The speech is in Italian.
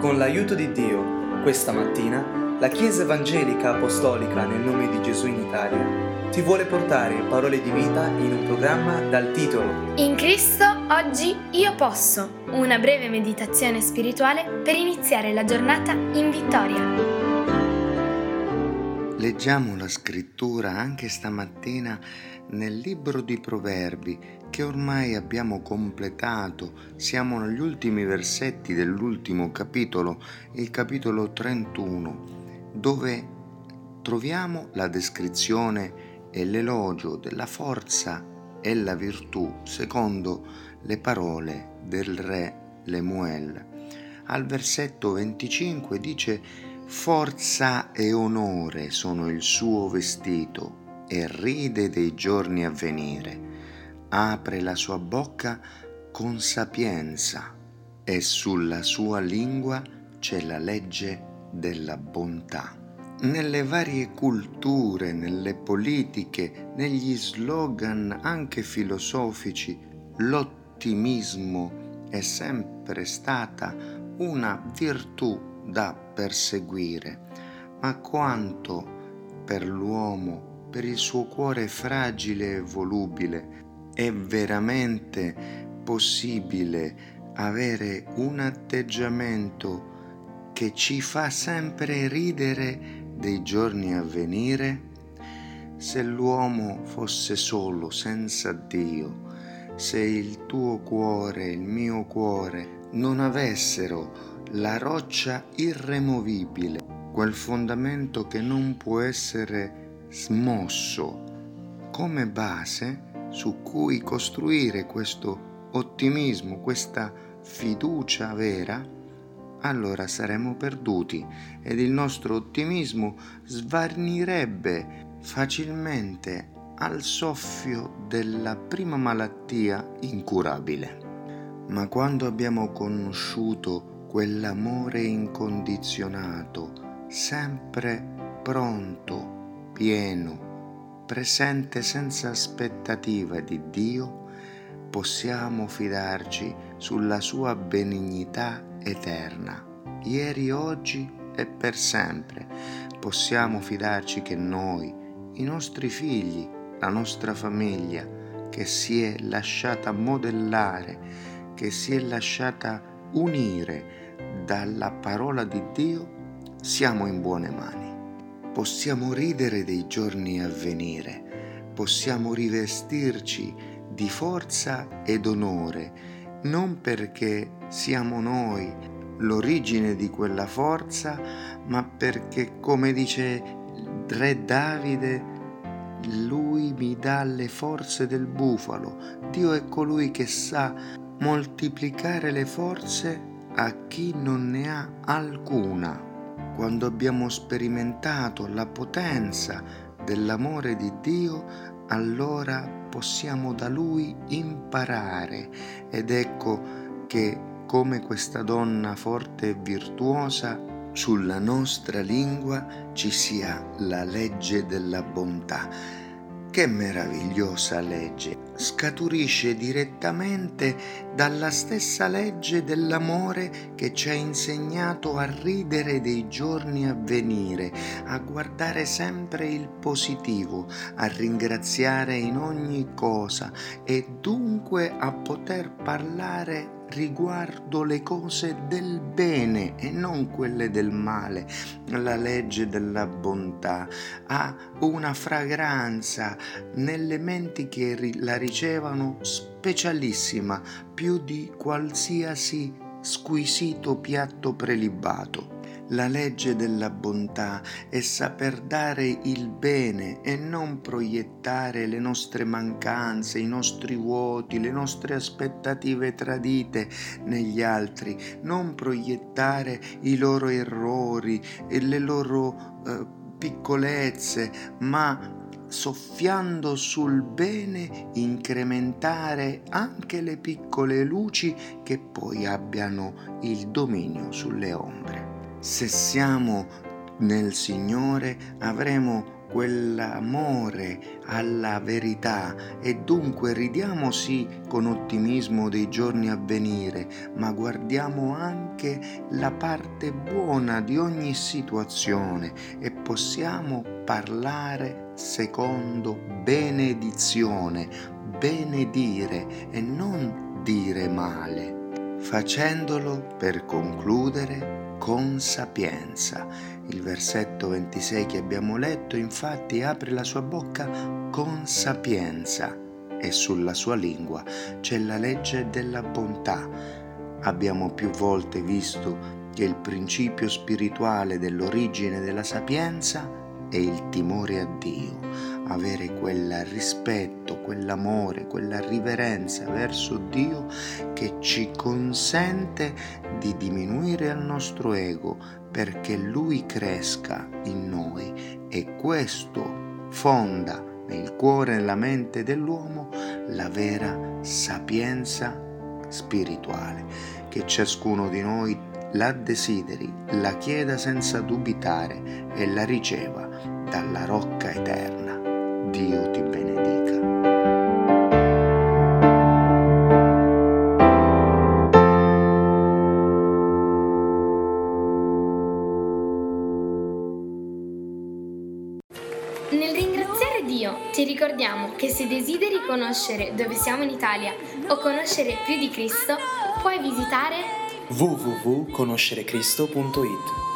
Con l'aiuto di Dio, questa mattina, la Chiesa Evangelica Apostolica nel nome di Gesù in Italia ti vuole portare parole di vita in un programma dal titolo In Cristo oggi io posso, una breve meditazione spirituale per iniziare la giornata in vittoria. Leggiamo la scrittura anche stamattina nel libro di Proverbi che ormai abbiamo completato. Siamo negli ultimi versetti dell'ultimo capitolo, il capitolo 31, dove troviamo la descrizione e l'elogio della forza e la virtù secondo le parole del re Lemuel. Al versetto 25 dice: forza e onore sono il suo vestito e ride dei giorni a venire. Apre la sua bocca con sapienza e sulla sua lingua c'è la legge della bontà. Nelle varie culture, nelle politiche, negli slogan anche filosofici, l'ottimismo è sempre stata una virtù da perseguire, ma quanto per l'uomo, per il suo cuore fragile e volubile, è veramente possibile avere un atteggiamento che ci fa sempre ridere dei giorni a venire? Se l'uomo fosse solo, senza Dio, se il tuo cuore, il mio cuore, non avessero la roccia irremovibile, quel fondamento che non può essere smosso, come base su cui costruire questo ottimismo, questa fiducia vera, allora saremo perduti ed il nostro ottimismo svanirebbe facilmente al soffio della prima malattia incurabile. Ma quando abbiamo conosciuto quell'amore incondizionato, sempre pronto, pieno, presente senza aspettativa di Dio, possiamo fidarci sulla sua benignità eterna, ieri, oggi e per sempre. Possiamo fidarci che noi, i nostri figli, la nostra famiglia, che si è lasciata modellare, che si è lasciata unire dalla parola di Dio, siamo in buone mani. Possiamo ridere dei giorni a venire, possiamo rivestirci di forza ed onore, non perché siamo noi l'origine di quella forza, ma perché, come dice re Davide, lui mi dà le forze del bufalo. Dio è colui che sa moltiplicare le forze a chi non ne ha alcuna. Quando abbiamo sperimentato la potenza dell'amore di Dio, allora possiamo da Lui imparare, ed ecco che, come questa donna forte e virtuosa, sulla nostra lingua ci sia la legge della bontà. Che meravigliosa legge! Scaturisce direttamente dalla stessa legge dell'amore che ci ha insegnato a ridere dei giorni a venire, a guardare sempre il positivo, a ringraziare in ogni cosa e dunque a poter parlare riguardo le cose del bene e non quelle del male. La legge della bontà ha una fragranza nelle menti che la ricevono specialissima, più di qualsiasi squisito piatto prelibato. La legge della bontà è saper dare il bene e non proiettare le nostre mancanze, i nostri vuoti, le nostre aspettative tradite negli altri, non proiettare i loro errori e le loro piccolezze, ma soffiando sul bene incrementare anche le piccole luci che poi abbiano il dominio sulle ombre. Se siamo nel Signore avremo quell'amore alla verità, e dunque ridiamo sì con ottimismo dei giorni a venire, ma guardiamo anche la parte buona di ogni situazione e possiamo parlare secondo benedizione, benedire e non dire male, facendolo, per concludere, con sapienza. Il versetto 26 che abbiamo letto infatti apre la sua bocca con sapienza e sulla sua lingua c'è la legge della bontà. Abbiamo più volte visto che il principio spirituale dell'origine della sapienza è il timore a Dio, avere quel rispetto, quell'amore, quella riverenza verso Dio che ci consente di diminuire al nostro ego perché Lui cresca in noi, e questo fonda nel cuore e nella mente dell'uomo la vera sapienza spirituale. Che ciascuno di noi la desideri, la chieda senza dubitare e la riceva dalla rocca eterna. Dio ti benedica. Nel ringraziare Dio ti ricordiamo che se desideri conoscere dove siamo in Italia o conoscere più di Cristo, puoi visitare www.conoscerecristo.it.